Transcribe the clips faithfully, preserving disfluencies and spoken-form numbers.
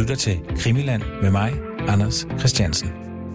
lytter til Krimiland med mig, Anders Christiansen.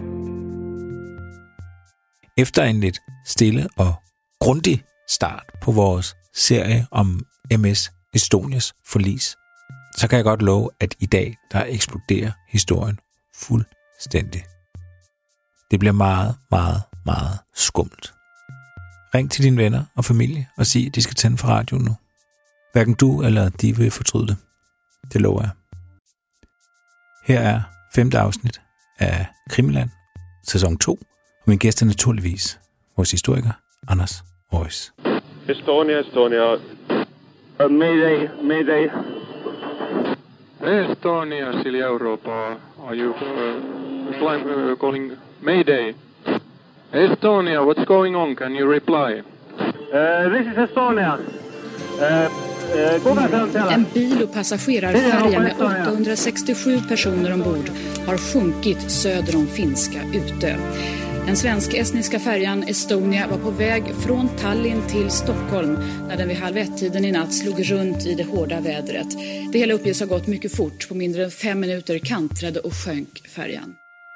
Efter en lidt stille og grundig start på vores serie om M S Estonias forlis, så kan jeg godt love, at i dag, der eksploderer historien fuldstændig. Det bliver meget, meget, meget skummelt. Ring til dine venner og familie og sig, at de skal tænde for radioen nu. Hverken du eller de vil fortryde det. Det lover jeg. Her er femte afsnit af Krimiland, sæson to, og min gæst er naturligvis vores historiker, Anders Reuss. Estonia, Estonia. Uh, mayday, mayday. Estonia, Silja Europa. Are you uh, flying, uh, calling Mayday? Estonia, what's going on? Can you reply? Uh, this is Estonia. Uh, En bil- och passagerarfärja med åttahundrasextiosju personer ombord har sjunkit söder om finska Utö. Den svensk-estniska färjan Estonia var på väg från Tallinn till Stockholm när den vid halv ett-tiden i natt slog runt i det hårda vädret. Det hela uppges ha gått mycket fort. På mindre än fem minuter kantrade och sjönk färjan.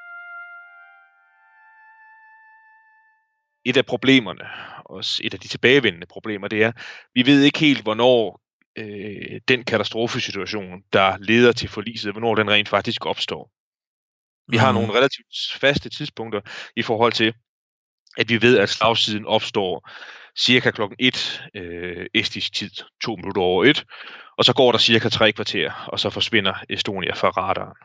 Et af problemerne, også et af de tilbagevendende problemer, det er, vi ved ikke helt, hvornår øh, den katastrofesituation, der leder til forliset, hvornår den rent faktisk opstår. Vi har nogle relativt faste tidspunkter i forhold til, at vi ved, at slagsiden opstår cirka klokken et øh, estisk tid, to minutter over et, og så går der cirka tre kvarter, og så forsvinder Estonia fra radaren.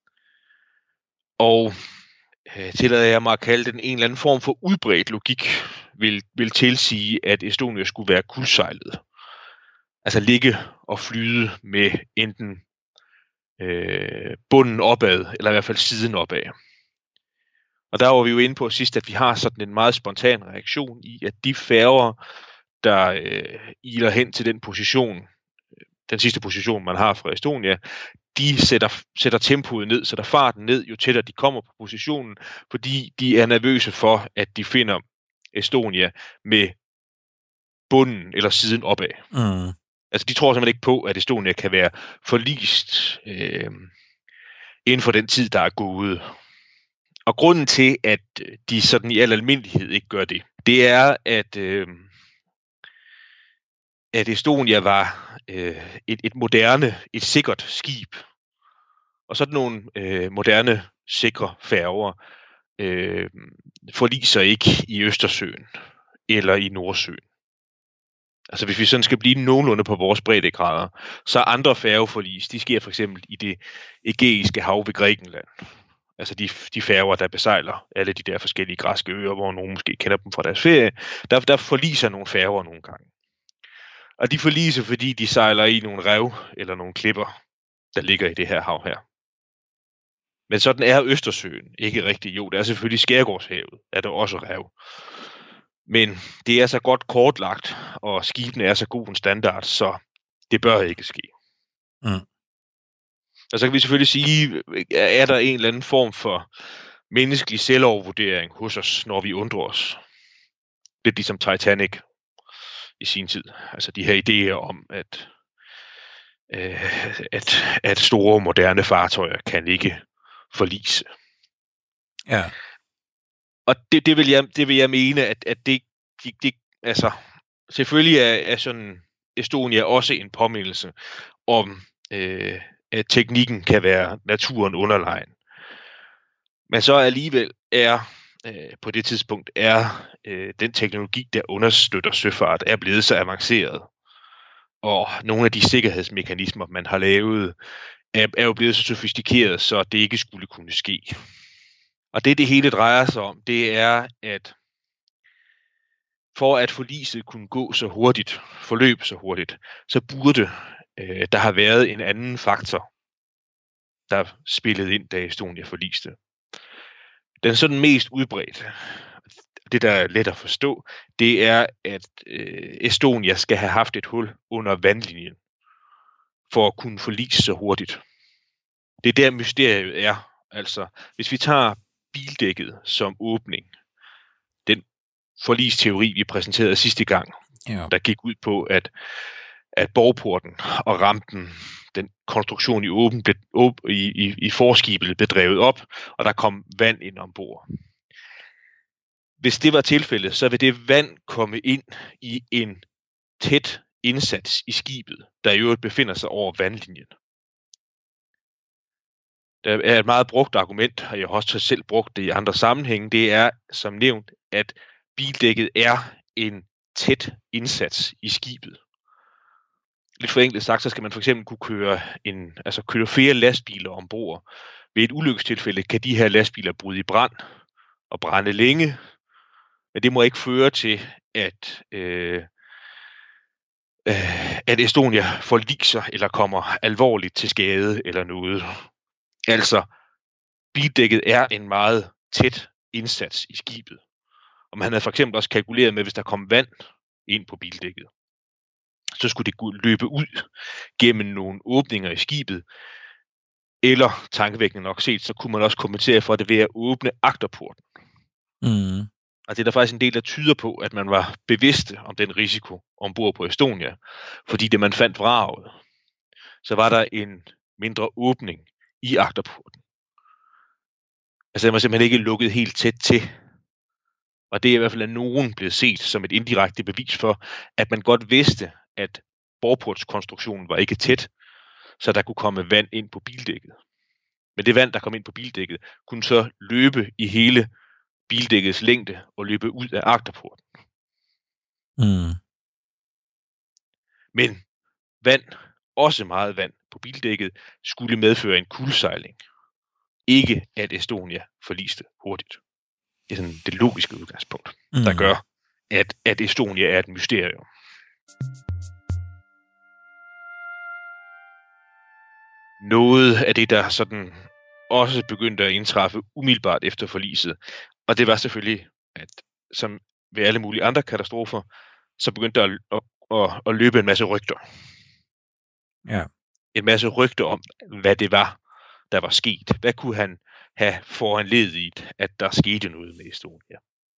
Og øh, tillader jeg mig at kalde den en eller anden form for udbredt logik, vil, vil tilsige, at Estonia skulle være kuldsejlet. Altså ligge og flyde med enten øh, bunden opad, eller i hvert fald siden opad. Og der var vi jo inde på sidst, at vi har sådan en meget spontan reaktion i, at de færger, der øh, iler hen til den position, den sidste position, man har fra Estonia, de sætter, sætter tempoet ned, sætter farten ned, jo tættere de kommer på positionen, fordi de er nervøse for, at de finder Estonia med bunden eller siden opad. Mm. Altså, de tror simpelthen ikke på, at Estonia kan være forlist øh, inden for den tid, der er gået. Og grunden til, at de sådan i al almindelighed ikke gør det, det er, at, øh, at Estonia var øh, et, et moderne, et sikkert skib. Og sådan nogle øh, moderne, sikre færger øh, forliser ikke i Østersøen eller i Nordsøen. Altså hvis vi sådan skal blive nogenlunde på vores breddegrader, så er andre færgeforlis, de sker for eksempel i det ægæiske hav ved Grækenland. Altså de, de færger, der besejler alle de der forskellige græske øer, hvor nogen måske kender dem fra deres ferie, der, der forliser nogle færger nogle gange. Og de forliser, fordi de sejler i nogle rev eller nogle klipper, der ligger i det her hav her. Men sådan er Østersøen ikke rigtigt. Jo, det er selvfølgelig Skærgårdshavet, er der også rev. Men det er så godt kortlagt, og skibene er så god en standard, så det bør ikke ske. Mm. Og så kan vi selvfølgelig sige, er der en eller anden form for menneskelig selvovervurdering hos os, når vi undrer os. Lidt ligesom Titanic i sin tid. Altså de her idéer om, at, øh, at, at store moderne fartøjer kan ikke forlise. Ja. Og det, det, vil jeg, det vil jeg mene, at, at det, det, det, altså, selvfølgelig er, er sådan Estonia også en påmindelse om, øh, at teknikken kan være naturen underlegen. Men så alligevel er, øh, på det tidspunkt, er øh, den teknologi, der understøtter søfart, er blevet så avanceret. Og nogle af de sikkerhedsmekanismer, man har lavet, er, er jo blevet så sofistikeret, så det ikke skulle kunne ske. Og det, det hele drejer sig om, det er, at for at forliset kunne gå så hurtigt, forløb så hurtigt, så burde øh, der have været en anden faktor, der spillede ind, da Estonia forliste. Den sådan mest udbredte, det der er let at forstå, det er, at øh, Estonia skal have haft et hul under vandlinjen, for at kunne forlise så hurtigt. Det er der mysteriet er. Altså, hvis vi tager bildækket som åbning, den forlisteori, vi præsenterede sidste gang, ja. Der gik ud på, at at borgporten og rampen, den konstruktion i åben, blev, åb, i, i, i forskibet blev drevet op, og der kom vand ind ombord. Hvis det var tilfældet, så vil det vand komme ind i en tæt indsats i skibet, der i øvrigt befinder sig over vandlinjen. Der er et meget brugt argument, og jeg har også selv brugt det i andre sammenhænge, det er som nævnt, at bildækket er en tæt indsats i skibet. Lidt forenklet sagt, så skal man for eksempel kunne køre, en, altså køre flere lastbiler ombord. Ved et ulykkestilfælde kan de her lastbiler bryde i brand og brænde længe, men det må ikke føre til, at, øh, øh, at Estonia forliser eller kommer alvorligt til skade eller noget. Altså, bildækket er en meget tæt indsats i skibet. Og man havde for eksempel også kalkuleret med, hvis der kom vand ind på bildækket, så skulle det løbe ud gennem nogle åbninger i skibet, eller tankevækkende nok set, så kunne man også kommentere for det ved at åbne agterporten. Mm. Og det er der faktisk en del, der tyder på, at man var bevidste om den risiko ombord på Estonia, fordi det man fandt vraget, så var der en mindre åbning i agterporten. Altså den var simpelthen ikke lukket helt tæt til. Og det er i hvert fald af nogen blevet set som et indirekte bevis for, at man godt vidste, at borgportskonstruktionen var ikke tæt, så der kunne komme vand ind på bildækket. Men det vand, der kom ind på bildækket, kunne så løbe i hele bildækkets længde og løbe ud af agterporten. Mm. Men vand, også meget vand på bildækket, skulle medføre en kuldsejling. Ikke at Estonia forliste hurtigt. Det er sådan det logiske udgangspunkt, mm. der gør, at, at Estonia er et mysterium. Noget af det, der sådan også begyndte at indtræffe umiddelbart efter forliset, og det var selvfølgelig, at som ved alle mulige andre katastrofer, så begyndte der at, at, at, at løbe en masse rygter. Ja. En masse rygter om, hvad det var, der var sket. Hvad kunne han have foranlediget, at der skete noget med Estonia?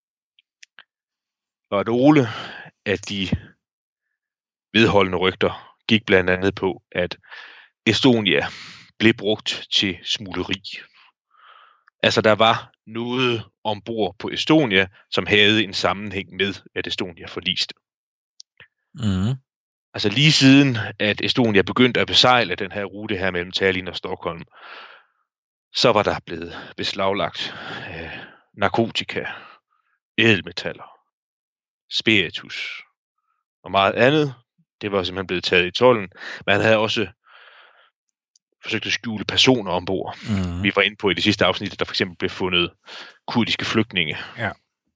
Og nogle af de vedholdende rygter gik blandt andet på, at Estonia blev brugt til smugleri. Altså der var noget ombord på Estonia, som havde en sammenhæng med, at Estonia forliste. Mm. Altså lige siden, at Estonia begyndte at besejle den her rute her mellem Tallinn og Stockholm, så var der blevet beslaglagt øh, narkotika, ædelmetaller, spiritus og meget andet. Det var simpelthen blevet taget i tolden. Man havde også forsøgt at skjule personer ombord. Mm. Vi var inde på i det sidste afsnit, at der for eksempel blev fundet kurdiske flygtninge ja.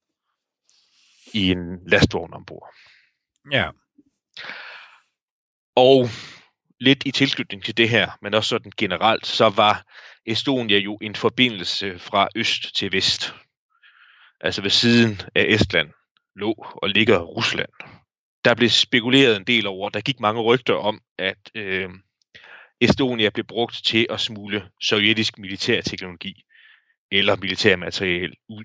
i en lastvogn ombord. Ja. Og lidt i tilknytning til det her, men også sådan generelt, så var Estonia jo en forbindelse fra øst til vest. Altså ved siden af Estland lå og ligger Rusland. Der blev spekuleret en del over, der gik mange rygter om, at øh, Estonia blev brugt til at smugle sovjetisk militærteknologi eller militærmateriel ud.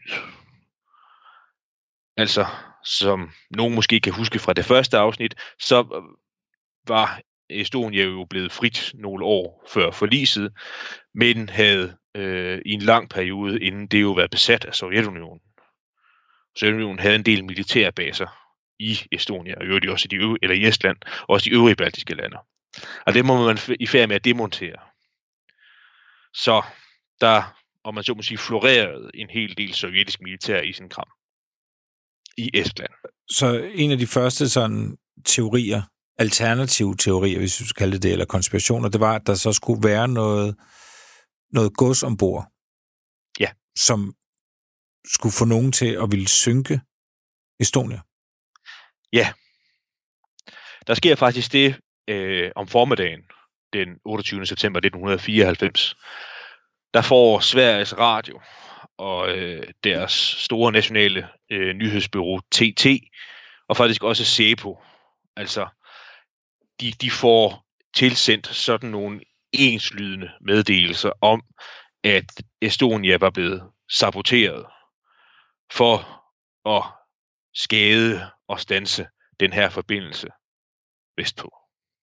Altså, som nogen måske kan huske fra det første afsnit, så var Estonia jo blevet frit nogle år før forliset, men havde øh, i en lang periode inden det jo været besat af Sovjetunionen. Sovjetunionen havde en del militærbaser i Estonia, og jo også i, de øvrige, eller i Estland, og også de øvrige baltiske lande. Og det må man i færd med at demontere. Så der, om man så må sige, florerede en hel del sovjetisk militær i sin kram i Estland. Så en af de første sådan teorier, alternative teorier, hvis vi skal kalde det det, eller konspirationer, det var, at der så skulle være noget, noget gods ombord, ja, som skulle få nogen til at ville synke Estonia. Ja. Der sker faktisk det øh, om formiddagen, den otteogtyvende september nitten fireoghalvfems. Der får Sveriges Radio og øh, deres store nationale øh, nyhedsbureau T T, og faktisk også SEPO, altså de, de får tilsendt sådan nogle enslydende meddelelser om, at Estonia var blevet saboteret for at skade og standse den her forbindelse vestpå.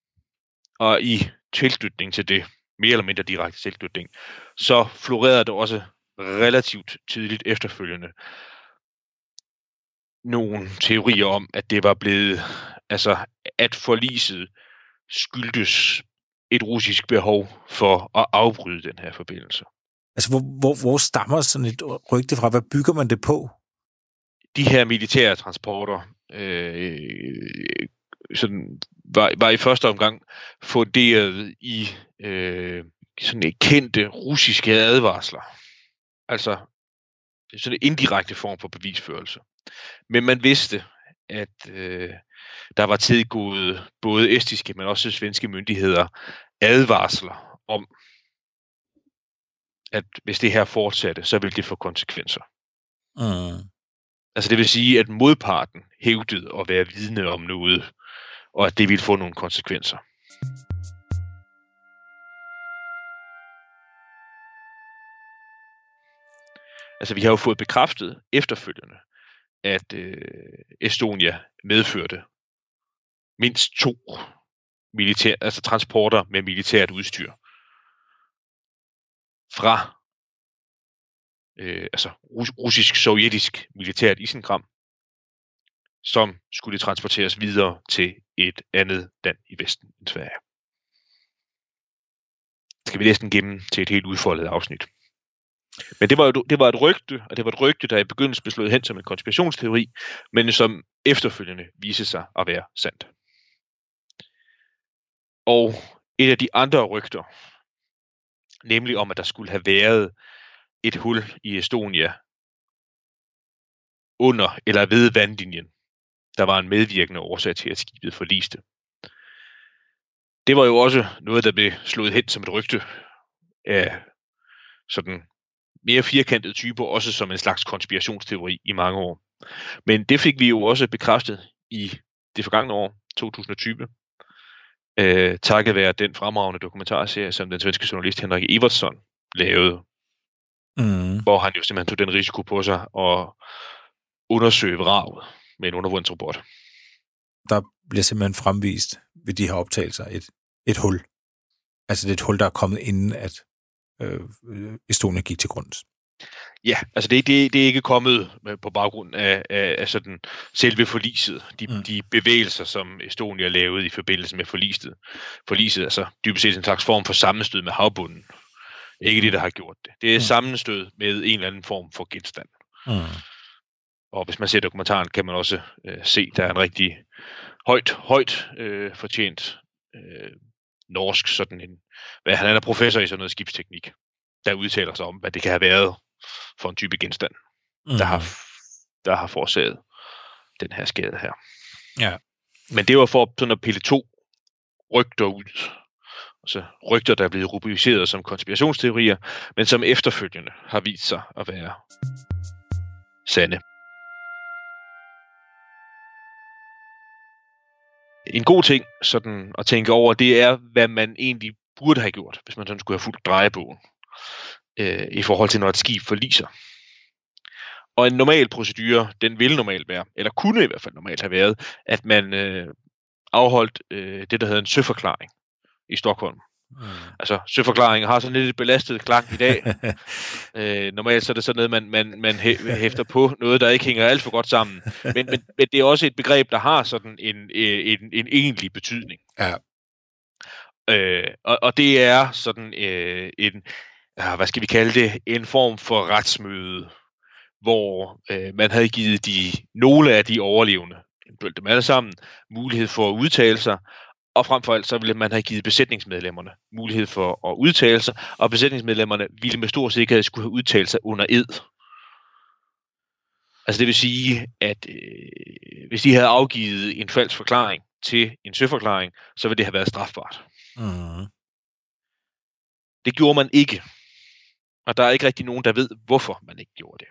Og i tilknytning til det, mere eller mindre direkte tilknytning, så florerede det også relativt tydeligt efterfølgende nogle teorier om, at det var blevet, altså at forliset skyldtes et russisk behov for at afbryde den her forbindelse. Altså, hvor, hvor, hvor stammer sådan et rygte fra? Hvad bygger man det på? De her militære transporter øh, sådan var, var i første omgang funderet i øh, sådan et kendte russiske advarsler. Altså sådan en indirekte form for bevisførelse. Men man vidste, at øh, der var tilgået både estiske, men også svenske myndigheder advarsler om, at hvis det her fortsatte, så ville det få konsekvenser. Mm. Altså det vil sige, at modparten hævdede at være vidne om noget, og at det ville få nogle konsekvenser. Altså vi har jo fået bekræftet efterfølgende, at øh, Estonia medførte mindst to militær, altså transporter med militært udstyr fra øh, altså rus- russisk-sovjetisk militært isenkram, som skulle transporteres videre til et andet land i Vesten end Sverige. Det skal vi næsten gemme til et helt udfoldet afsnit. Men det var, jo, det var et rygte, og det var et rygte, der i begyndelsen blev slået hen som en konspirationsteori, men som efterfølgende viste sig at være sandt. Og et af de andre rygter, nemlig om, at der skulle have været et hul i Estonia under eller ved vandlinjen, der var en medvirkende årsag til, at skibet forliste. Det var jo også noget, der blev slået hen som et rygte af sådan mere firkantede typer, også som en slags konspirationsteori i mange år. Men det fik vi jo også bekræftet i det forgangne år, to tusind og tyve, øh, takket være den fremragende dokumentarserie, som den svenske journalist Henrik Evertsson lavede, mm. hvor han jo simpelthen tog den risiko på sig at undersøge vraget med en undervandsrobot. Der bliver simpelthen fremvist ved de her optagelser et, et hul. Altså det er et hul, der er kommet inden, at øh, Estonia gik til grunds. Ja, altså det, det, det er ikke kommet på baggrund af, af, af sådan selve forliset. De, mm. de bevægelser, som Estonia lavede i forbindelse med forliset. Forliset, altså dybest set en slags form for sammenstød med havbunden. Ikke det, der har gjort det. Det er mm. sammenstød med en eller anden form for genstand. Mm. Og hvis man ser dokumentaren, kan man også øh, se, der er en rigtig højt, højt øh, fortjent øh, norsk, sådan en, hvad, han er professor i sådan noget skibsteknik, der udtaler sig om, hvad det kan have været for en type genstand, mm. der har, der har forårsaget den her skade her. Ja. Men det var for sådan at pille to rygter ud. Altså rygter, der er blevet rubriceret som konspirationsteorier, men som efterfølgende har vist sig at være sande. En god ting sådan at tænke over, det er, hvad man egentlig burde have gjort, hvis man sådan skulle have fulgt drejebogen øh, i forhold til, når et skib forliser. Og en normal procedure, den ville normalt være, eller kunne i hvert fald normalt have været, at man øh, afholdt øh, det, der hedder en søforklaring i Stockholm. Mm. Altså, søforklaringen har sådan lidt et belastet klang i dag. øh, normalt så er det sådan noget, man, man, man hæfter på noget, der ikke hænger alt for godt sammen. Men, men, men det er også et begreb, der har sådan en, en, en egentlig betydning. Ja. Øh, og, og det er sådan øh, en, hvad skal vi kalde det, en form for retsmøde, hvor øh, man havde givet de, nogle af de overlevende, eventuelt dem alle sammen, mulighed for at udtale sig, og frem for alt så ville man have givet besætningsmedlemmerne mulighed for at udtale sig, og besætningsmedlemmerne ville med stor sikkerhed skulle have udtalt sig under ed. Altså det vil sige, at øh, hvis de havde afgivet en falsk forklaring til en søforklaring, så ville det have været strafbart. Mm. Det gjorde man ikke. Og der er ikke rigtig nogen, der ved, hvorfor man ikke gjorde det.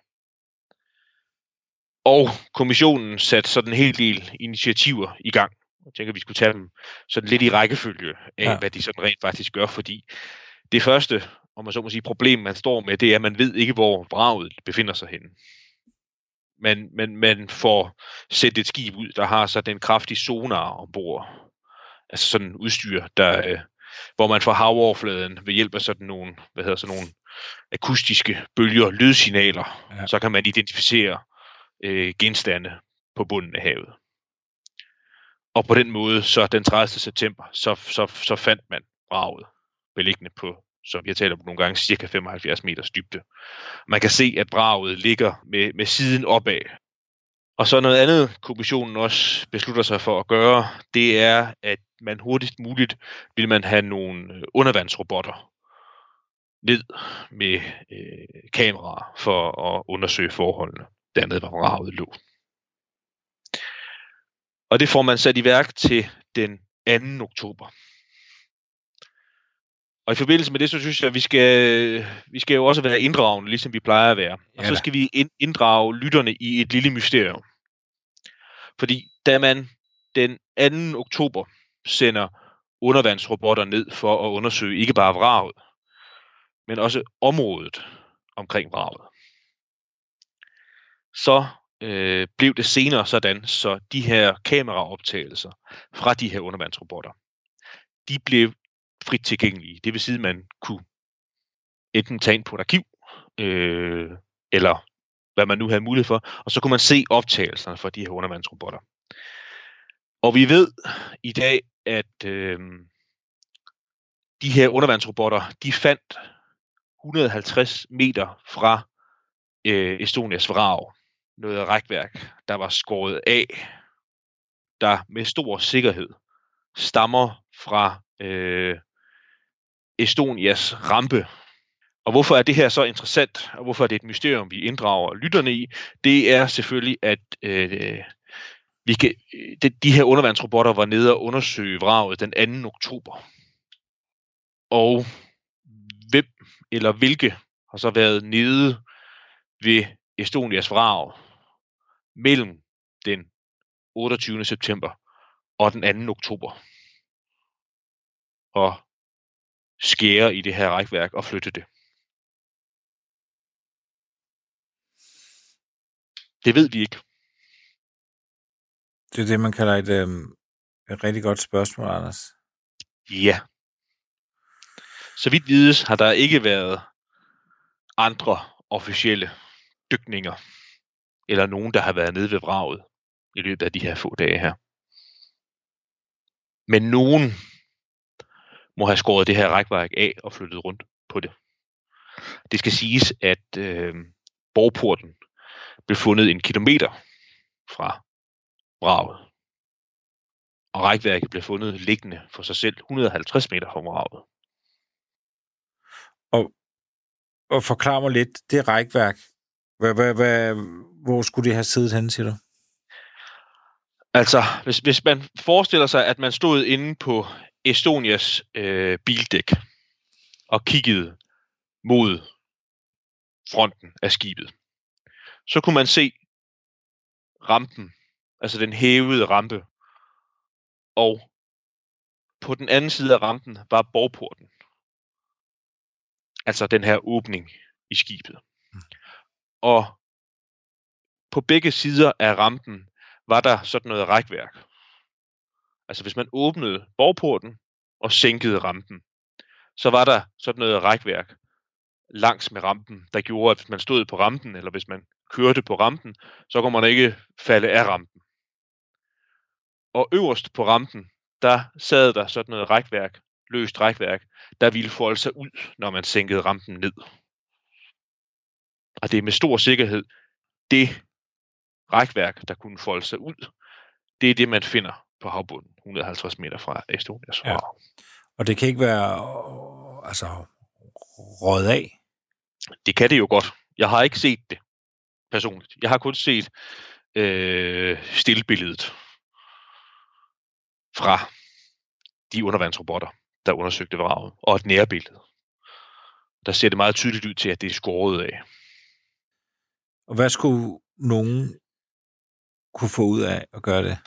Og kommissionen satte sådan en hel del initiativer i gang. Jeg tænker, vi skulle tage dem sådan lidt i rækkefølge af, ja. Hvad de sådan rent faktisk gør, fordi det første, om man så må sige, problem, man står med, det er, at man ved ikke, hvor vraget befinder sig henne. Men, men man får sendt et skib ud, der har så den kraftige sonar ombord, altså sådan udstyr, der, øh, hvor man fra havoverfladen ved hjælp af sådan nogle, hvad hedder sådan nogle akustiske bølger, lydsignaler, ja. Så kan man identificere øh, genstande på bunden af havet. Og på den måde, så den tredivte september, så, så, så fandt man vraget beliggende på, som jeg taler på nogle gange, cirka femoghalvfjerds meters dybde. Man kan se, at vraget ligger med, med siden opad. Og så noget andet, kommissionen også beslutter sig for at gøre, det er, at man hurtigst muligt vil man have nogle undervandsrobotter ned med øh, kameraer for at undersøge forholdene dernede, hvor vraget lå. Og det får man sat i værk til den anden oktober. Og i forbindelse med det, så synes jeg, at vi skal, vi skal jo også være inddragende, ligesom vi plejer at være. Og så skal vi inddrage lytterne i et lille mysterium. Fordi da man den anden oktober sender undervandsrobotter ned for at undersøge ikke bare vraget, men også området omkring vraget, så øh, blev det senere sådan, så de her kameraoptagelser fra de her undervandsrobotter, de blev frit tilgængelige. Det vil sige, at man kunne enten tage ind på et arkiv, øh, eller hvad man nu havde mulighed for, og så kunne man se optagelserne fra de her undervandsrobotter. Og vi ved i dag, at øh, de her undervandsrobotter, de fandt et hundrede og halvtreds meter fra øh, Estonias vrag noget rækværk, der var skåret af, der med stor sikkerhed stammer fra øh, Estonias rampe. Og hvorfor er det her så interessant, og hvorfor er det et mysterium, vi inddrager lytterne i? Det er selvfølgelig, at øh, vi kan, de, de her undervandsrobotter var nede og undersøge vraget den anden oktober. Og hvem eller hvilke har så været nede ved Estonias vrag mellem den otteogtyvende september og den anden oktober. Og skære i det her rækværk og flytte det. Det ved vi ikke. Det er det, man kalder et, øh, et rigtig godt spørgsmål, Anders. Ja. Så vidt vides har der ikke været andre officielle dykninger, eller nogen, der har været nede ved vraget i løbet af de her få dage her. Men nogen må have skåret det her rækværk af og flyttet rundt på det. Det skal siges, at øh, borgporten blev fundet en kilometer fra vraget. Og rækværket blev fundet liggende for sig selv et hundrede og halvtreds meter fra vraget. Og, og forklar mig lidt, det rækværk, hvad, hvad, hvad, hvor skulle det have siddet henne, siger du? Altså, hvis, hvis man forestiller sig, at man stod inde på Estonias øh, bildæk og kiggede mod fronten af skibet, så kunne man se rampen, altså den hævede rampe, og på den anden side af rampen var borgporten, altså den her åbning i skibet. Mm. Og på begge sider af rampen var der sådan noget rækværk. Altså hvis man åbnede borgporten og sænkede rampen, så var der sådan noget rækværk langs med rampen, der gjorde, at hvis man stod på rampen, eller hvis man kørte på rampen, så kunne man ikke falde af rampen. Og øverst på rampen, der sad der sådan noget rækværk, løst rækværk, der ville folde sig ud, når man sænkede rampen ned. Og det er med stor sikkerhed det rækværk, der kunne folde sig ud, det er det, man finder på havbunden, et hundrede og halvtreds meter fra Estonias vrag. Ja. Og det kan ikke være altså røget af? Det kan det jo godt. Jeg har ikke set det personligt. Jeg har kun set øh, stillbilledet fra de undervandsrobotter, der undersøgte vraget, og et nærbillede. Der ser det meget tydeligt ud til, at det er skåret af. Og hvad skulle nogen kunne få ud af at gøre det?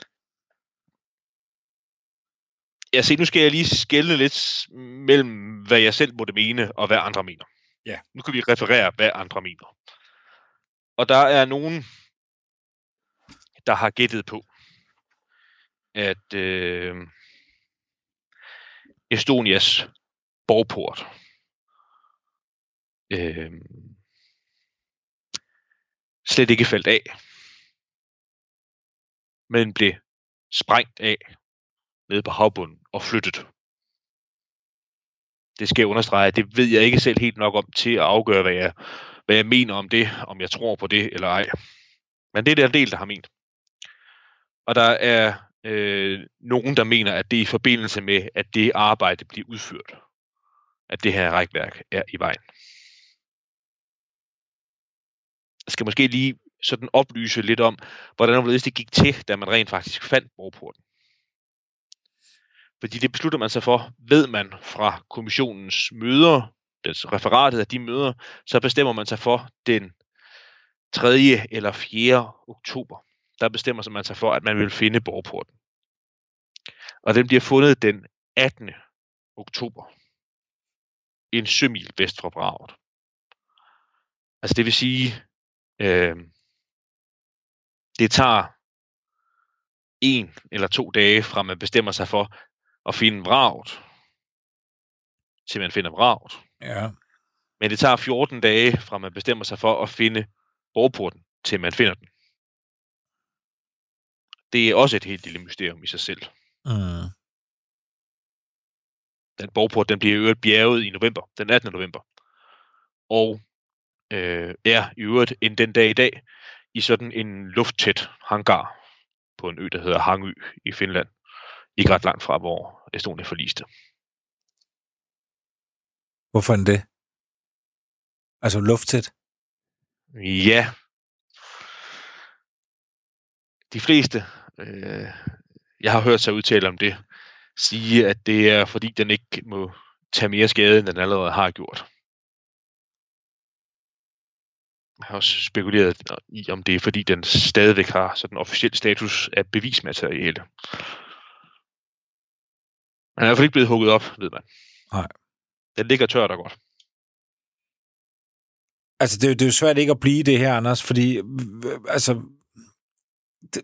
Ja, se, nu skal jeg lige skelne lidt mellem, hvad jeg selv måtte mene, og hvad andre mener. Ja. Nu kan vi referere, hvad andre mener. Og der er nogen, der har gættet på, at øh, Estonias borgport øh, slet ikke faldt af, men blev sprængt af nede på havbunden og flyttet. Det skal jeg understrege, at det ved jeg ikke selv helt nok om til at afgøre, hvad jeg, hvad jeg mener om det, om jeg tror på det eller ej. Men det er der en del, der har ment. Og der er øh, nogen, der mener, at det er i forbindelse med, at det arbejde bliver udført, at det her rækværk er i vejen. Jeg skal måske lige sådan oplyse lidt om, hvordan det gik til, da man rent faktisk fandt borgporten. Fordi det beslutter man sig for, ved man fra kommissionens møder, dens referatet af de møder, så bestemmer man sig for den tredje eller fjerde oktober. Der bestemmer man sig for, at man vil finde borgporten. Og den bliver fundet den attende oktober. En sømil vest fra vraget. Altså det vil sige, øh, det tager en eller to dage fra man bestemmer sig for at finde vraget, til man finder vraget. Ja. Men det tager fjorten dage fra man bestemmer sig for at finde borgporten, til man finder den. Det er også et helt lille mysterium i sig selv. Mm. Den borgport, den bliver i øvrigt bjerget i november, den attende november. Og øh, er i øvrigt end den dag i dag i sådan en lufttæt hangar på en ø, der hedder Hangö i Finland. Ikke ret langt fra, hvor Estonia forliste. Hvorfor er det? Altså lufttæt? Ja. De fleste, øh, jeg har hørt sig udtale om det, sige, at det er fordi, den ikke må tage mere skade, end den allerede har gjort. Jeg har også spekuleret i, om det er fordi, den stadigvæk har sådan en officiel status af bevismateriale. Den er i hvert fald ikke blevet hugget op, ved man. Nej. Den ligger tørt og godt. Altså, det er, jo, det er jo svært ikke at blive det her, Anders, fordi altså, det,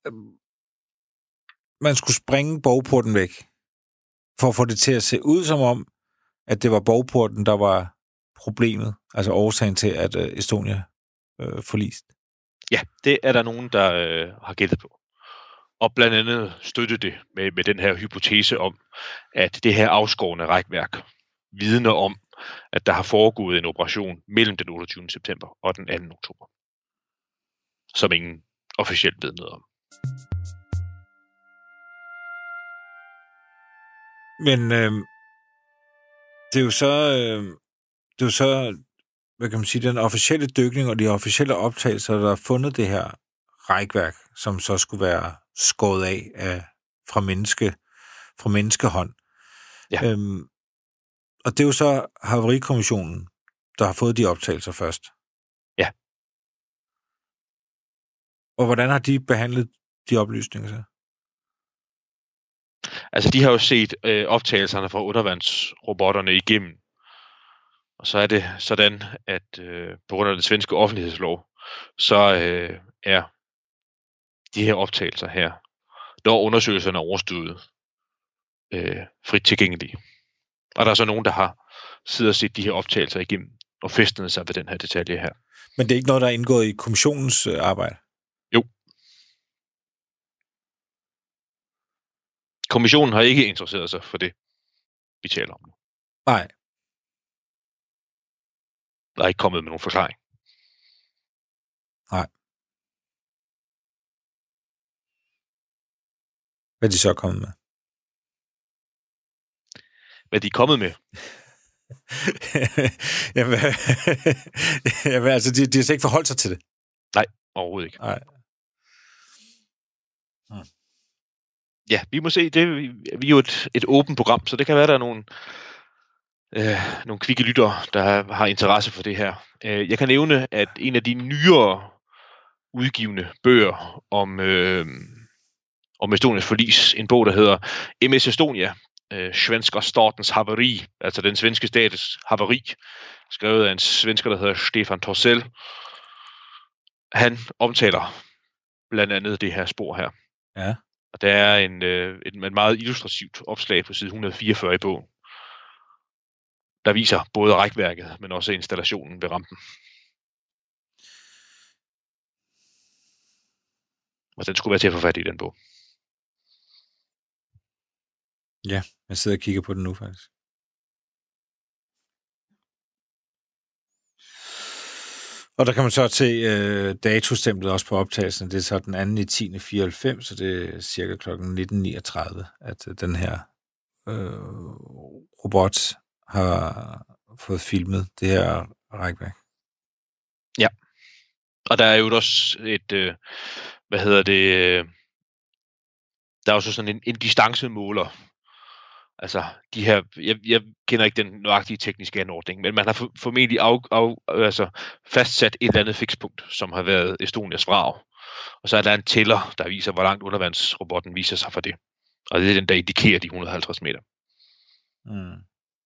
man skulle springe borgporten væk, for at få det til at se ud som om, at det var borgporten, der var problemet, altså årsagen til, at uh, Estonia uh, forliste. Ja, det er der nogen, der uh, har gættet på. Og blandt andet støtte det med, med den her hypotese om, at det her afskårne rækværk vidner om, at der har foregået en operation mellem den otteogtyvende september og den anden oktober, som ingen officielt ved noget om. Men øh, det er jo så, øh, det er jo så, hvad kan man sige, den officielle dykning og de officielle optagelser, der har fundet det her rækværk, som så skulle være skåret af, af fra menneske, fra menneskehånd. Ja. Øhm, og det er jo så Havarikommissionen, der har fået de optagelser først. Ja. Og hvordan har de behandlet de oplysninger så? Altså, de har jo set øh, optagelserne fra undervandsrobotterne igennem. Og så er det sådan, at øh, på grund af den svenske offentlighedslov, så øh, er de her optagelser her, når undersøgelserne er overstået, øh, frit tilgængelige. Og der er så nogen, der har siddet og set de her optagelser igennem og fæstnet sig ved den her detalje her. Men det er ikke noget, der er indgået i kommissionens øh, arbejde? Jo. Kommissionen har ikke interesseret sig for det, vi taler om nu. Nej. Der er ikke kommet med nogen forklaring. Nej. Hvad er de så kommet med? Hvad de er kommet med? Jamen, jamen, altså, de, de har slet ikke forholdt sig til det. Nej, overhovedet ikke. Nej. Hmm. Ja, vi må se. Det, vi er jo et, et åbent program, så det kan være, der er nogle, øh, nogle kvikke lyttere, der har interesse for det her. Øh, jeg kan nævne, at en af de nyere udgivne bøger om, øh, om Estonias forlis, en bog, der hedder M S Estonia, øh, Svenska statens haveri, altså den svenske stats haveri, skrevet af en svensker, der hedder Stefan Torssell. Han omtaler blandt andet det her spor her. Ja. Og der er en, øh, et, et meget illustrativt opslag på side et hundrede fireogfyrre i bogen, der viser både rækværket, men også installationen ved rampen. Og den skulle være til at få fat i, den bog. Ja, jeg sidder og kigger på den nu, faktisk. Og der kan man så se øh, datostemplet også på optagelsen. Det er så den anden i tiende fireoghalvfems, så det er cirka klokken nitten niogtredive, at øh, den her øh, robot har fået filmet det her rækværk. Ja, og der er jo også et, øh, hvad hedder det, øh, der er også sådan en, en distancemåler. Altså, de her, jeg, jeg kender ikke den nøjagtige tekniske anordning, men man har for, formentlig af, af, altså fastsat et eller andet fikspunkt, som har været Estonias vrag. Og så er der en tæller, der viser, hvor langt undervandsrobotten viser sig for det. Og det er den, der indikerer de et hundrede og halvtreds meter. Mm.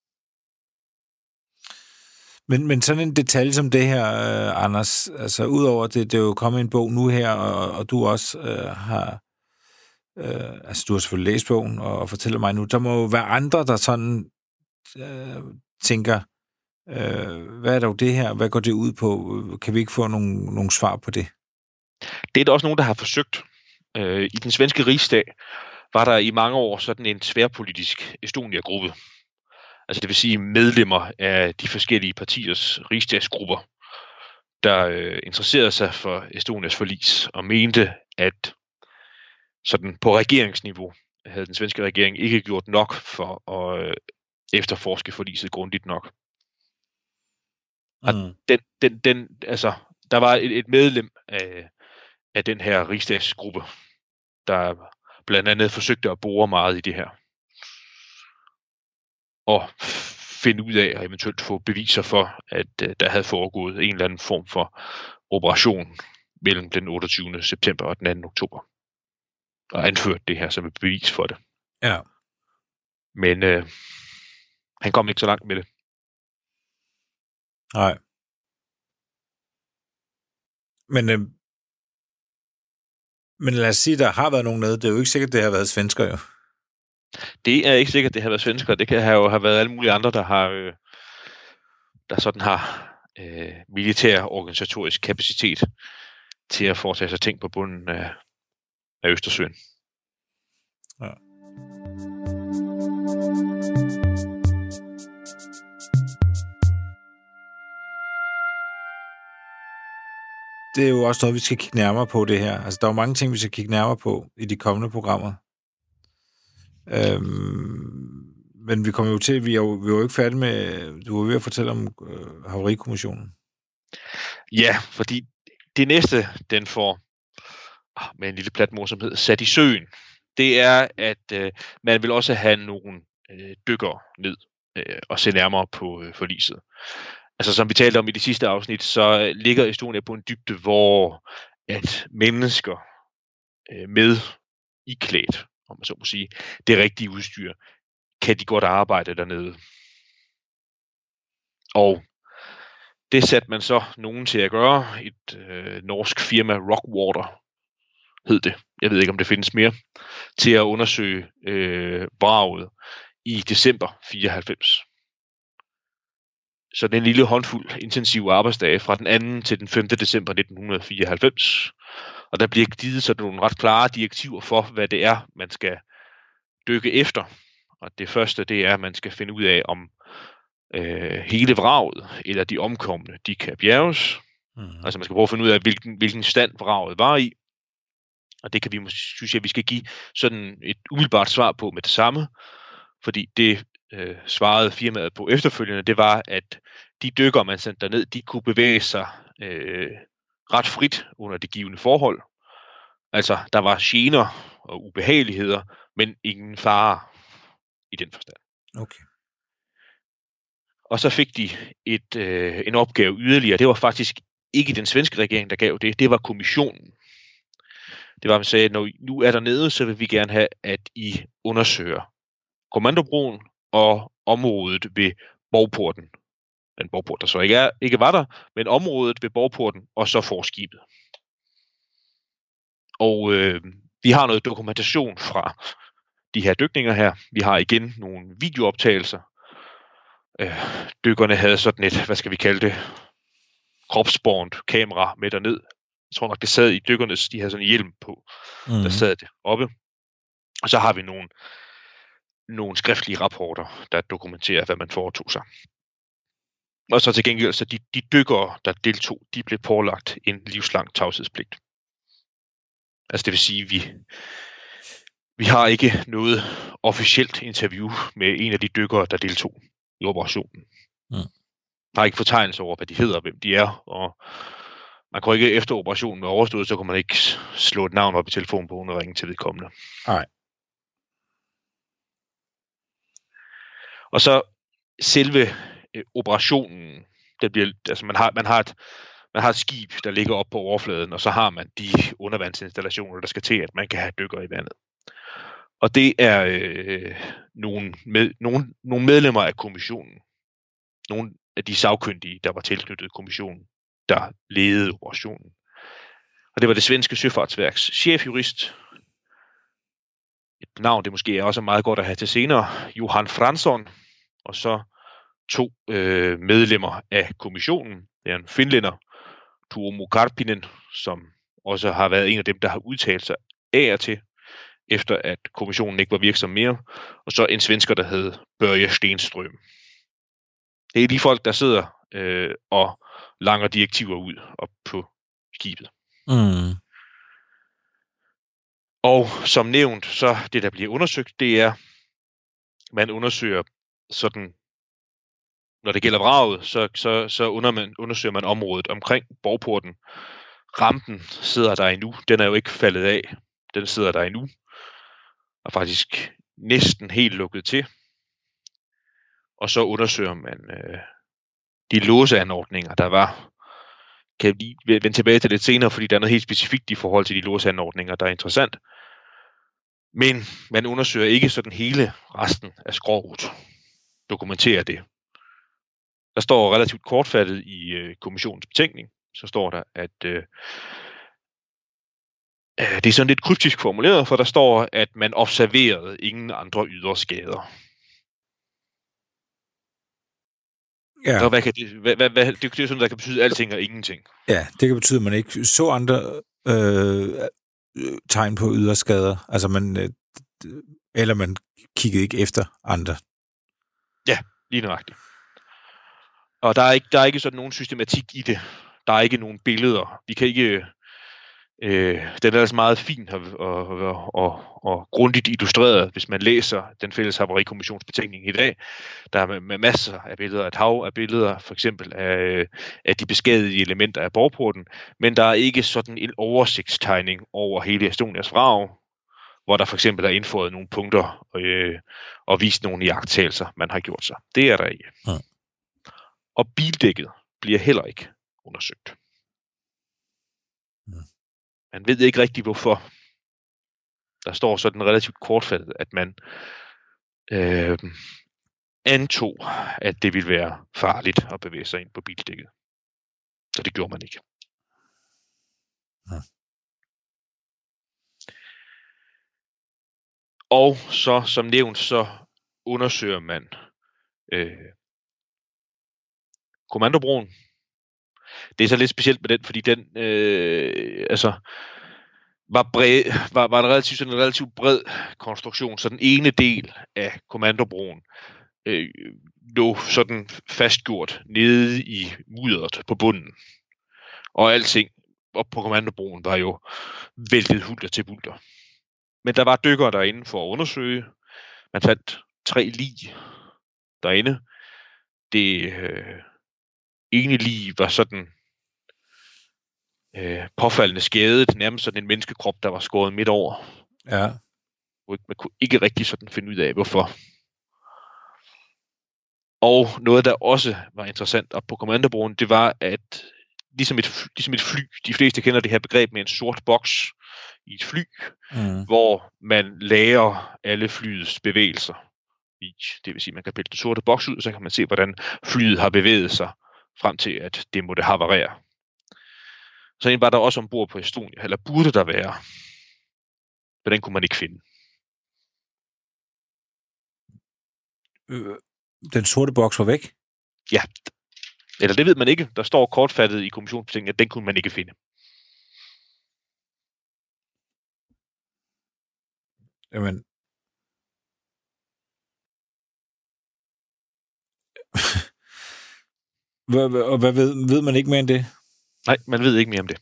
Men, men sådan en detalje som det her, øh, Anders, altså udover det, det er jo kommet en bog nu her, og, og du også øh, har, øh, altså du har selvfølgelig læst bogen og, og fortæller mig nu, der må jo være andre, der sådan øh, tænker, øh, hvad er dog det her, hvad går det ud på, kan vi ikke få nogle, nogle svar på det? Det er der også nogen, der har forsøgt. Øh, I den svenske rigsdag var der i mange år sådan en tværpolitisk Estonia-gruppe. Altså det vil sige medlemmer af de forskellige partiers rigsdagsgrupper, der øh, interesserede sig for Estonias forlis og mente, at sådan på regeringsniveau havde den svenske regering ikke gjort nok for at øh, efterforske forliset grundigt nok. Og mm. den, den, den, altså, der var et, et medlem af, af den her rigsdagsgruppe, der blandt andet forsøgte at bore meget i det her. Og finde ud af og eventuelt få beviser for, at uh, der havde foregået en eller anden form for operation mellem den otteogtyvende september og den anden oktober. Og anført det her som et bevis for det. Ja. Men uh, han kom ikke så langt med det. Nej. Men, øh, men lad os sige, der har været nogen nede. Det er jo ikke sikkert, det har været svensker jo. Det er ikke sikkert, det har været svensker. Det kan jo have været alle mulige andre, der har, øh, der sådan har øh, militær organisatorisk kapacitet til at foretage sig ting på bunden af, af Østersøen. Ja. Det er jo også noget, vi skal kigge nærmere på det her. Altså, der er jo mange ting, vi skal kigge nærmere på i de kommende programmer. Øhm, men vi kommer jo til, vi er jo, vi er jo ikke færdige med, du var ved at fortælle om øh, havarikommissionen. Ja, fordi det næste, den får med en lille plat morsomhed sat i søen, det er, at øh, man vil også have nogle øh, dykkere ned øh, og se nærmere på øh, forliset. Altså som vi talte om i det sidste afsnit, så ligger Estonia på en dybde, hvor at mennesker øh, med iklædt, om man så må sige, det rigtige udstyr, kan de godt arbejde dernede. Og det satte man så nogen til at gøre. Et øh, norsk firma, Rockwater hed det, jeg ved ikke om det findes mere, til at undersøge øh, vraget i december fireoghalvfems. Så den lille håndfuld intensive arbejdsdage fra den anden til den femte december nitten fireoghalvfems. Og der bliver givet sådan nogle ret klare direktiver for, hvad det er, man skal dykke efter. Og det første, det er, at man skal finde ud af, om øh, hele vraget eller de omkomne, de kan bjerges. Mm. Altså man skal prøve at finde ud af, hvilken, hvilken stand vraget var i. Og det kan vi, synes jeg, vi skal give sådan et umiddelbart svar på med det samme. Fordi det øh, svarede firmaet på efterfølgende, det var, at de dykkere, man sendte derned, de kunne bevæge sig øh, ret frit under de givne forhold. Altså, der var gener og ubehageligheder, men ingen fare i den forstand. Okay. Og så fik de et, øh, en opgave yderligere. Det var faktisk ikke den svenske regering, der gav det. Det var kommissionen. Det var, at man sagde, at når nu er der nede, så vil vi gerne have, at I undersøger kommandobroen og området ved borgporten. Den borgport, der så ikke, er, ikke var der, men området ved borgporten og så forskibet. Og øh, Vi har noget dokumentation fra de her dykninger her. Vi har igen nogle videooptagelser. Øh, dykkerne havde sådan et, hvad skal vi kalde det, kropsbårent kamera med derned. Jeg tror nok, det sad i dykkernes, de havde sådan en hjelm på, mm. der sad det oppe. Og så har vi nogle, nogle skriftlige rapporter, der dokumenterer, hvad man foretog sig. Og så til gengæld, så de, de dykkere, der deltog, de blev pålagt en livslang tavshedspligt. Altså det vil sige, vi vi har ikke noget officielt interview med en af de dykkere, der deltog i operationen. Mm. Der har ikke fortegnelse over, hvad de hedder, hvem de er, og man kan ikke efter operationen med overstået, så kan man ikke slå et navn op i telefonbogen og ringe til vedkommende. Nej. Og så selve øh, operationen, det bliver, altså man har, man har et Man har et skib, der ligger op på overfladen, og så har man de undervandsinstallationer, der skal til, at man kan have dykkere i vandet. Og det er øh, nogle, med, nogle, nogle medlemmer af kommissionen, nogle af de sagkyndige, der var tilknyttet kommissionen, der ledede operationen. Og det var det svenske søfartsværks chefjurist, et navn, det måske er også meget godt at have til senere, Johan Fransson, og så to øh, medlemmer af kommissionen. Det er en finlænder, Tuomo Karppinen, som også har været en af dem, der har udtalt sig af og til, efter at kommissionen ikke var virksom mere, og så en svensker, der hed Börje Stenström. Det er de folk, der sidder øh, og langer direktiver ud op på skibet. Mm. Og som nævnt, så det, der bliver undersøgt, det er, man undersøger sådan, når det gælder vraget, så, så, så under man, undersøger man området omkring borgporten. Rampen sidder der endnu. Den er jo ikke faldet af. Den sidder der endnu. Og faktisk næsten helt lukket til. Og så undersøger man øh, de låseanordninger, der var. Kan vi vende tilbage til det senere, fordi der er noget helt specifikt i forhold til de låseanordninger, der er interessant. Men man undersøger ikke sådan hele resten af skroget. Dokumenterer det. Der står relativt kortfattet i øh, kommissionens betænkning, så står der, at øh, øh, det er sådan lidt kryptisk formuleret, for der står, at man observerede ingen andre ydre skader. Ja. Så hvad kan det, hvad, hvad, hvad, det, det er sådan, der kan betyde alting og ingenting. Ja, det kan betyde, at man ikke så andre øh, tegn på ydre skader, altså man, øh, eller man kiggede ikke efter andre. Ja, lige nøjagtigt. Og der er ikke, der er ikke sådan nogen systematik i det. Der er ikke nogen billeder. Vi kan ikke... Øh, den er altså meget fin og, og, og, og, og grundigt illustreret, hvis man læser den fælles havarikommissionsbetænkning i dag. Der er med, med masser af billeder, et hav af billeder, for eksempel af, af de beskadigede elementer af borgporten, men der er ikke sådan en oversigtstegning over hele Estonias vrag, hvor der for eksempel er indføjet nogle punkter øh, og vist nogle iagttagelser, man har gjort sig. Det er der ikke. Ja. Og bildækket bliver heller ikke undersøgt. Man ved ikke rigtig hvorfor. Der står sådan relativt kortfattet, at man øh, antog, at det ville være farligt at bevæge sig ind på bildækket. Så det gjorde man ikke. Ja. Og så, som nævnt, så undersøger man øh, kommandobroen. Det er så lidt specielt med den, fordi den øh, altså, var, bred, var, var en relativt, sådan en relativt bred konstruktion, så den ene del af kommandobroen øh, lå sådan fastgjort nede i mudderet på bunden. Og alting op på kommandobroen var jo væltet hulter til bulter. Men der var dykkere derinde for at undersøge. Man fandt tre lig derinde. Det øh, ene lig var sådan øh, påfaldende skadet, nærmest sådan en menneskekrop, der var skåret midt over. Ja. Man kunne ikke rigtig sådan finde ud af, hvorfor. Og noget, der også var interessant op på kommandobroen, det var, at ligesom et, ligesom et fly, de fleste kender det her begreb med en sort boks i et fly, mm. hvor man lagrer alle flyets bevægelser i. Det vil sige, at man kan pille den sorte boks ud, og så kan man se, hvordan flyet har bevæget sig frem til, at det måtte havarere. Så en var der også ombord på Estonia, eller burde der være. men den kunne man ikke finde. Øh, den sorte boks var væk? Ja, eller det ved man ikke. Der står kortfattet i kommissionsbetænkningen, at den kunne man ikke finde. Jamen... Og hvad ved, ved man ikke mere end det? Nej, man ved ikke mere om det.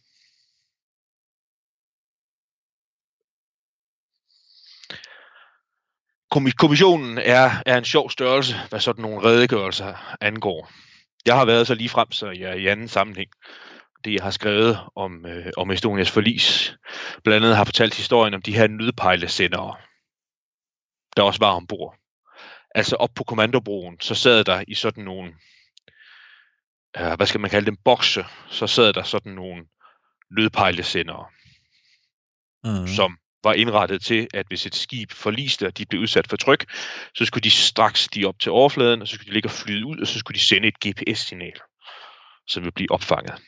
Kommissionen er, er en sjov størrelse, hvad sådan nogle redegørelser angår. Jeg har været så lige frem, så jeg i anden sammenhæng, det jeg har skrevet om, øh, om Estonias forlis, blandt andet har fortalt historien om de her nødpejlesendere, der også var ombord. Altså op på kommandobroen, så sad der i sådan nogle, øh, hvad skal man kalde dem, bokse, så sad der sådan nogle nødpejlesendere, mm. som var indrettet til, at hvis et skib forliste, og de blev udsat for tryk, så skulle de straks stige op til overfladen, og så skulle de ligge og flyde ud, og så skulle de sende et G P S-signal, som ville blive opfanget.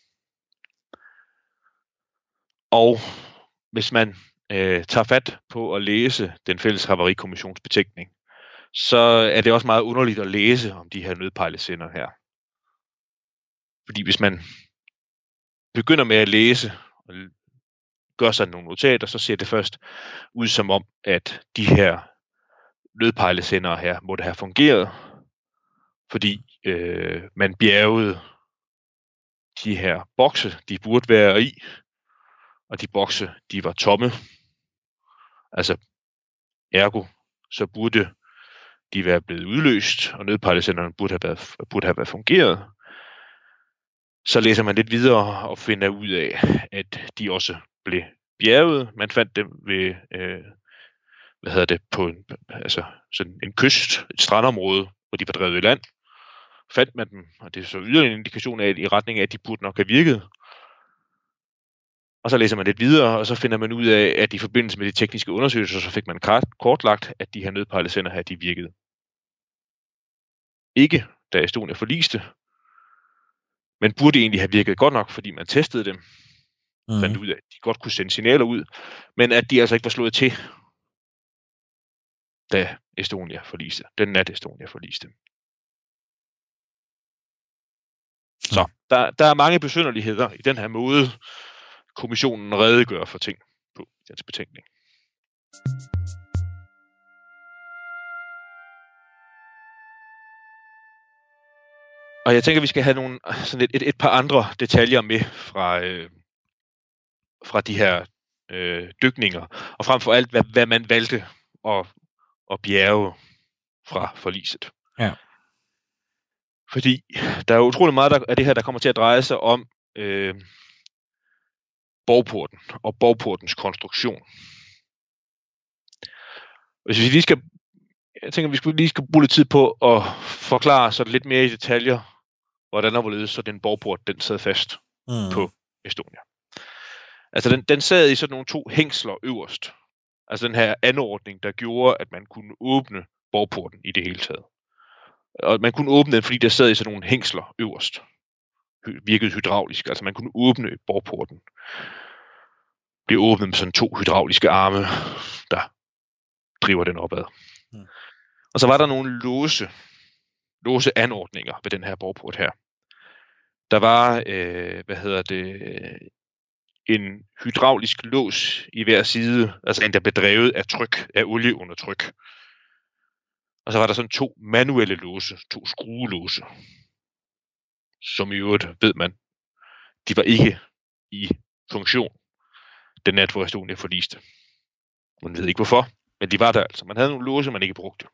Og hvis man øh, tager fat på at læse den fælles havarikommissions betænkning, så er det også meget underligt at læse om de her nødpejlesender her. Fordi hvis man begynder med at læse og gør sig nogle notater, så ser det først ud som om, at de her nødpejlesendere her måtte have fungeret, fordi øh, man bjergede de her bokse, de burde være i, og de bokse, de var tomme. Altså, ergo, så burde de være blevet udløst, og nødpejlesenderne burde have været, burde have været fungeret. Så læser man lidt videre og finder ud af, at de også blev bjerget. Man fandt dem ved, øh, hvad hedder det, på en, altså sådan en kyst, et strandområde, hvor de var drevet i land. Fandt man dem, og det er så yderligere en indikation af, i retning af, at de burde nok have virket. Og så læser man lidt videre, og så finder man ud af, at i forbindelse med de tekniske undersøgelser, så fik man kortlagt, at de her nødpejlesender her, de virkede. Ikke da Estonia forliste, men burde egentlig have virket godt nok, fordi man testede dem. Mm. Fandt ud af, at de godt kunne sende signaler ud, men at de altså ikke var slået til, da Estonia forliste. Den nat Estonia forliste. Så der, der er mange besynderligheder i den her måde, kommissionen redegør for ting på dens betænkning. Og jeg tænker, vi skal have nogle, sådan et, et, et par andre detaljer med fra, øh, fra de her øh, dykninger, og frem for alt, hvad, hvad man valgte at, at bjerge fra forliset. Ja. Fordi der er utrolig meget der, af det her, der kommer til at dreje sig om øh, borgporten og borgportens konstruktion. Hvis vi lige skal, jeg tænker, vi skal lige skal bruge lidt tid på at forklare så lidt mere i detaljer, hvordan og hvorledes så den borgport, den sad fast mm. på Estonia. Altså den, den sad i sådan nogle to hængsler øverst. Altså den her anordning, der gjorde, at man kunne åbne borgporten i det hele taget. Og man kunne åbne den, fordi der sad i sådan nogle hængsler øverst. Virkede hydraulisk, altså man kunne åbne borgporten. Blev åbnet med sådan to hydrauliske arme, der driver den opad. Mm. Og så var der nogle låse, låse anordninger ved den her borgport her. Der var, øh, hvad hedder det, en hydraulisk lås i hver side, altså en, der blev drevet af tryk, af olie under tryk. Og så var der sådan to manuelle låse, to skruelåse, som i øvrigt, ved man, de var ikke i funktion den nat, hvor Estonia forliste. Man ved ikke hvorfor, men de var der altså. Man havde nogle låse, man ikke brugte.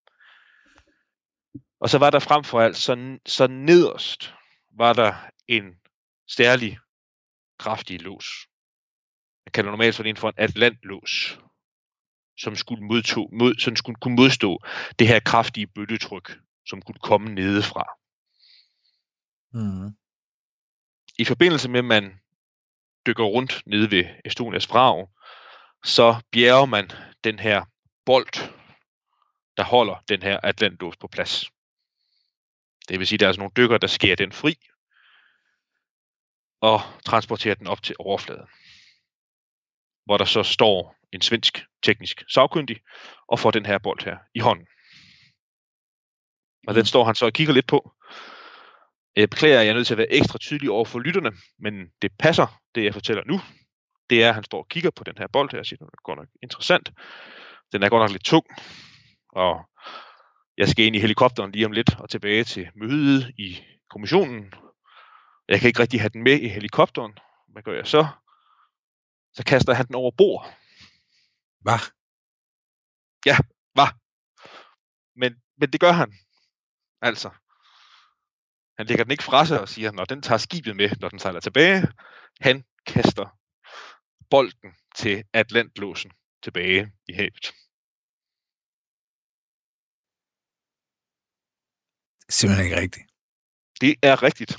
Og så var der frem for alt, så, så nederst, var der en særlig kraftig lås. Man kalder normalt sådan en for en atlantlås, som skulle, modtog, mod, som skulle kunne modstå det her kraftige bølgetryk, som kunne komme nedefra. Mm. I forbindelse med, at man dykker rundt nede ved Estonias vrag, så bjerger man den her bolt, der holder den her atlantlås på plads. Det vil sige, at der er altså nogle dykkere, der skærer den fri og transporterer den op til overfladen, hvor der så står en svensk teknisk sagkyndig, og får den her bold her i hånden. Og mm. den står han så og kigger lidt på. Jeg beklager, at jeg er nødt til at være ekstra tydelig over for lytterne, men det passer, det jeg fortæller nu. Det er, at han står og kigger på den her bold her, og siger, den er godt nok interessant. Den er godt nok lidt tung, og jeg skal ind i helikopteren lige om lidt og tilbage til mødet i kommissionen. Jeg kan ikke rigtig have den med i helikopteren. Hvad gør jeg så? Så kaster han den over bord. Hvad? Ja, hvad? Men, men det gør han. Altså. Han lægger den ikke fra sig og siger, når den tager skibet med, når den sejler tilbage. Han kaster bolden til Atlantlåsen tilbage i havet. Det er simpelthen ikke rigtigt. Det er rigtigt.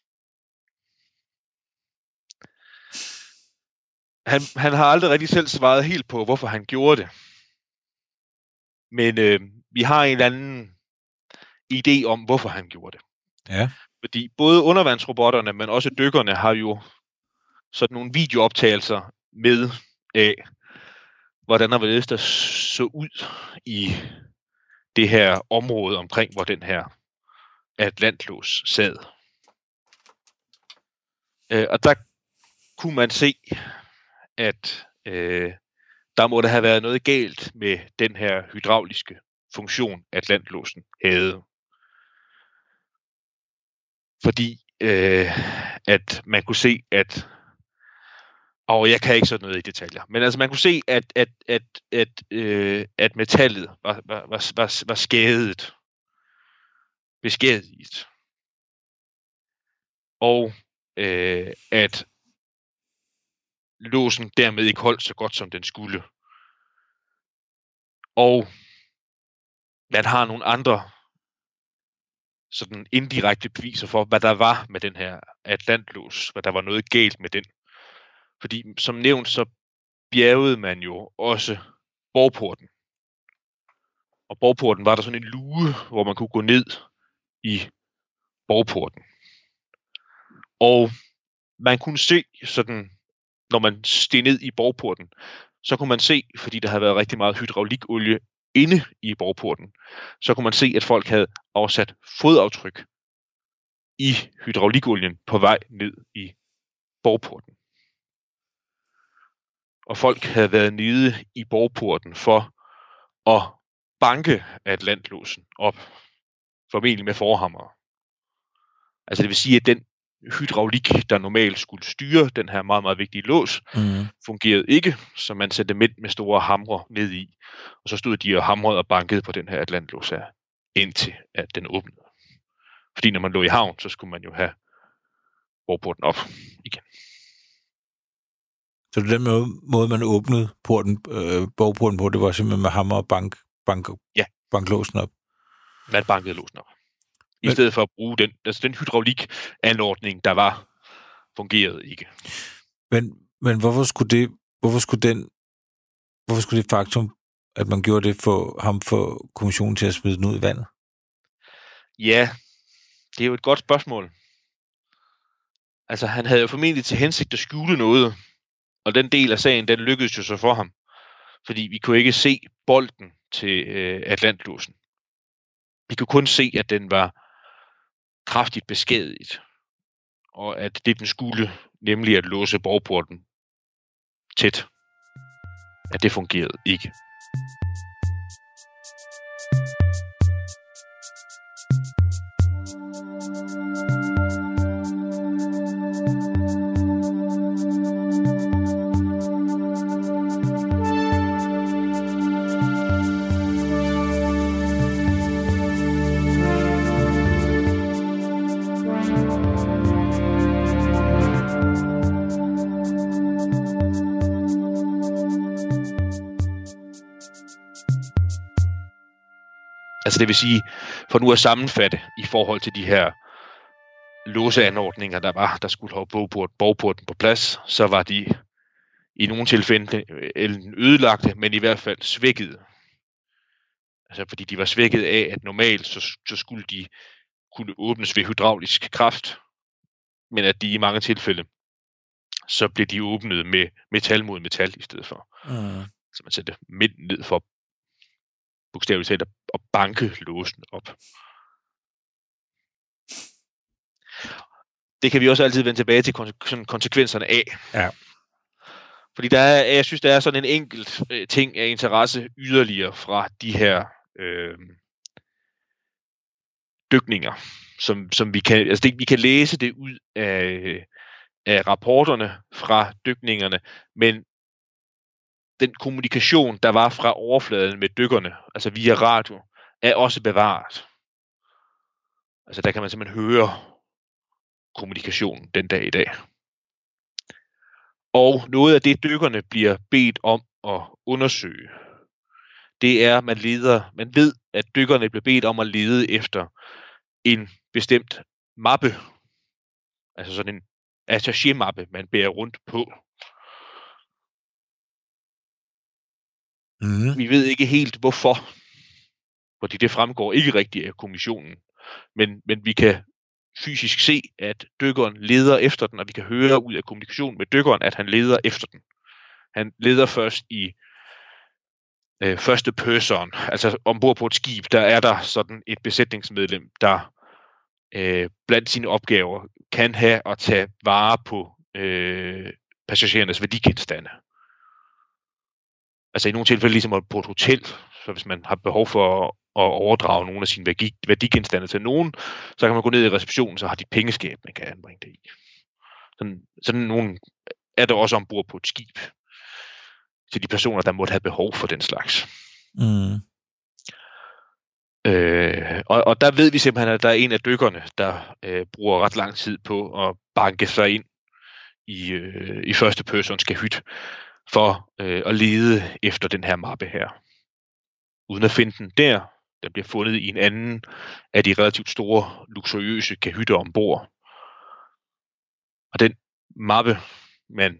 Han, han har aldrig rigtig selv svaret helt på, hvorfor han gjorde det. Men øh, vi har en eller anden idé om, hvorfor han gjorde det. Ja. Fordi både undervandsrobotterne, men også dykkerne, har jo sådan nogle videooptagelser med af, hvordan der hvorledes der så ud i det her område omkring, hvor den her Atlantlås sad. Øh, og der kunne man se, at øh, der må der have været noget galt med den her hydrauliske funktion, Atlantlåsen havde. Fordi øh, at man kunne se, at og jeg kan ikke sådan noget i detaljer, men altså man kunne se, at at at at øh, at metallet var var var var, var skadet, beskadiget, og øh, at låsen dermed ikke holdt så godt, som den skulle. Og man har nogle andre sådan indirekte beviser for, hvad der var med den her Atlantlås, hvad der var noget galt med den. Fordi som nævnt, så bjergede man jo også borgporten. Og borgporten var der sådan en luge, hvor man kunne gå ned i borgporten. Og man kunne se sådan, når man steg ned i borgporten, så kunne man se, fordi der havde været rigtig meget hydraulikolie inde i borgporten, så kunne man se, at folk havde afsat fodaftryk i hydraulikolien på vej ned i borgporten. Og folk havde været nede i borgporten for at banke Atlantlåsen op, formentlig med forhammer. Altså det vil sige, at den hydraulik, der normalt skulle styre den her meget, meget vigtige lås, mm. fungerede ikke, så man satte mænd med store hamre ned i, og så stod de og hamrede og bankede på den her Atlantlås her, indtil at den åbnede. Fordi når man lå i havn, så skulle man jo have borgporten op igen. Så den måde, måde man åbnede porten, øh, borgporten på, det var simpelthen med hammer og bank, bank, ja. bank låsen op? Man bankede låsen op. I men, stedet for at bruge den, altså den hydraulikanordning, der var, fungerede ikke. Men, men hvorfor skulle det, hvorfor skulle den, hvorfor skulle det faktum, at man gjorde det, få ham for kommissionen til at smide den ud i vandet? Ja, det er jo et godt spørgsmål. Altså, han havde jo formentlig til hensigt at skjule noget, og den del af sagen, den lykkedes jo så for ham. Fordi vi kunne ikke se bolden til øh, Atlantlåsen. Vi kunne kun se, at den var kraftigt beskadiget, og at det den skulle, nemlig at låse borgporten tæt, at det fungerede ikke. Altså det vil sige, for nu at sammenfatte i forhold til de her låseanordninger, der var, der skulle have borgporten på plads, så var de i nogle tilfælde ødelagte, men i hvert fald svækkede. Altså fordi de var svækket af, at normalt så, så skulle de kunne åbnes ved hydraulisk kraft, men at de i mange tilfælde så bliver de åbnet med metal mod metal i stedet for. Mm. Så man sætter midt ned for bogstaveligt talt at banke låsen op. Det kan vi også altid vende tilbage til konse- konsekvenserne af. Ja. Fordi der er, jeg synes, der er sådan en enkelt øh, ting af interesse yderligere fra de her øh, dykninger, som, som vi kan, altså det, vi kan læse det ud af, af rapporterne fra dykningerne, men den kommunikation, der var fra overfladen med dykkerne, altså via radio, er også bevaret. Altså der kan man simpelthen høre kommunikationen den dag i dag. Og noget af det, dykkerne bliver bedt om at undersøge, det er, at man leder, man ved, at dykkerne bliver bedt om at lede efter en bestemt mappe, altså sådan en attaché-mappe, man bærer rundt på. Mm. Vi ved ikke helt, hvorfor, fordi det fremgår ikke rigtigt af kommissionen, men, men vi kan fysisk se, at dykkeren leder efter den, og vi kan høre ud af kommunikationen med dykkeren, at han leder efter den. Han leder først i øh, første person, altså ombord på et skib, der er der sådan et besætningsmedlem, der øh, blandt sine opgaver kan have at tage vare på øh, passagerernes værdigenstande. Altså i nogle tilfælde ligesom på et hotel, så hvis man har behov for at overdrage nogle af sine værdi, værdigenstande til nogen, så kan man gå ned i receptionen, så har de et pengeskab, man kan anbringe det i. Sådan, sådan nogen er der også ombord på et skib, til de personer, der måtte have behov for den slags. Mm. Øh, og, og der ved vi simpelthen, at der er en af dykkerne, der øh, bruger ret lang tid på at banke sig ind i, øh, i første persons kahyt, for øh, at lede efter den her mappe her. Uden at finde den der, den bliver fundet i en anden af de relativt store, luksuriøse kahytter ombord. Og den mappe, man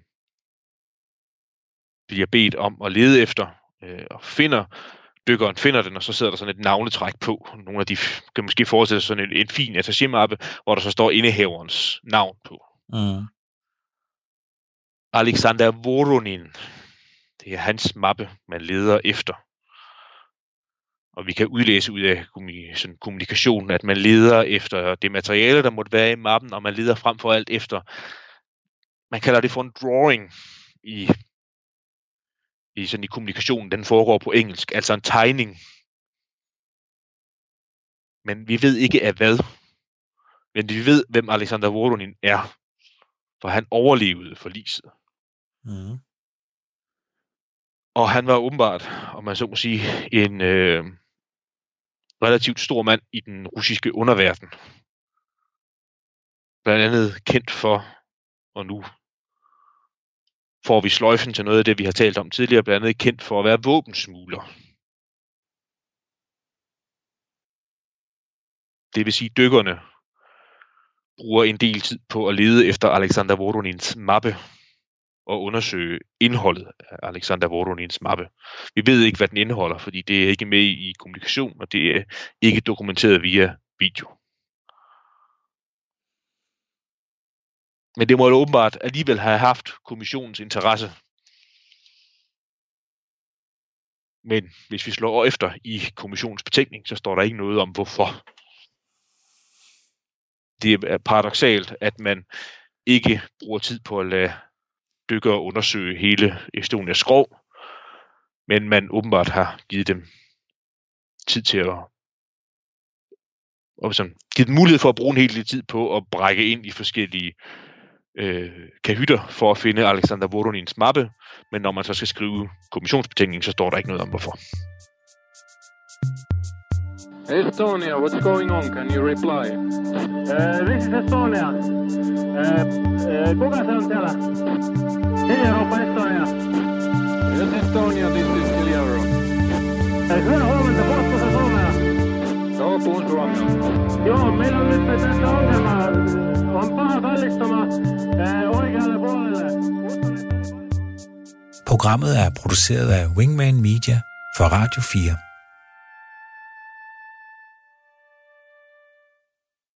bliver bedt om at lede efter, øh, og finder, dykkeren finder den, og så sidder der sådan et navnetræk på. Nogle af de kan måske forestille sig sådan en, en fin attaché-mappe, hvor der så står indehaverens navn på. Mm. Alexander Voronin. Det er hans mappe, man leder efter. Og vi kan udlæse ud af sådan kommunikationen, at man leder efter det materiale, der måtte være i mappen, og man leder frem for alt efter, man kalder det for en drawing i, i, sådan i kommunikationen. Den foregår på engelsk, altså en tegning. Men vi ved ikke af hvad. Men vi ved, hvem Alexander Voronin er, for han overlevede forliset. Mm. Og han var åbenbart, om man så må sige, en øh, relativt stor mand i den russiske underverden. Blandt andet kendt for, og nu får vi sløjfen til noget af det, vi har talt om tidligere, blandt andet kendt for at være våbensmugler. Det vil sige, dykkerne bruger en del tid på at lede efter Alexander Voronins mappe og undersøge indholdet af Alexander Voronins mappe. Vi ved ikke, hvad den indeholder, fordi det er ikke med i kommunikation, og det er ikke dokumenteret via video. Men det må jo åbenbart alligevel have haft kommissionens interesse. Men hvis vi slår efter i kommissionens betænkning, så står der ikke noget om, hvorfor. Det er paradoksalt, at man ikke bruger tid på at lade dykkere undersøge hele Estonias skrog, men man åbenbart har givet dem tid til at og sådan, givet dem mulighed for at bruge en hel del tid på at brække ind i forskellige øh, kahytter for at finde Alexander Voronins mappe, men når man så skal skrive kommissionsbetænkningen, så står der ikke noget om hvorfor. Estonia, what's going on? Can you reply? Uh, this is Estonia. Uh, uh, kuka se on siellä? Hilja-Europa Estonia. Yes, Estonia, this is Hilja-Europa. Hyvää huomenta, puhutko se suomea? Joo, puhun suomea. Joo, meillä on nyt tässä ongelma. On paha kallistuma uh, oikealle puolelle. Programmet er produceret af Wingman Media for Radio fire.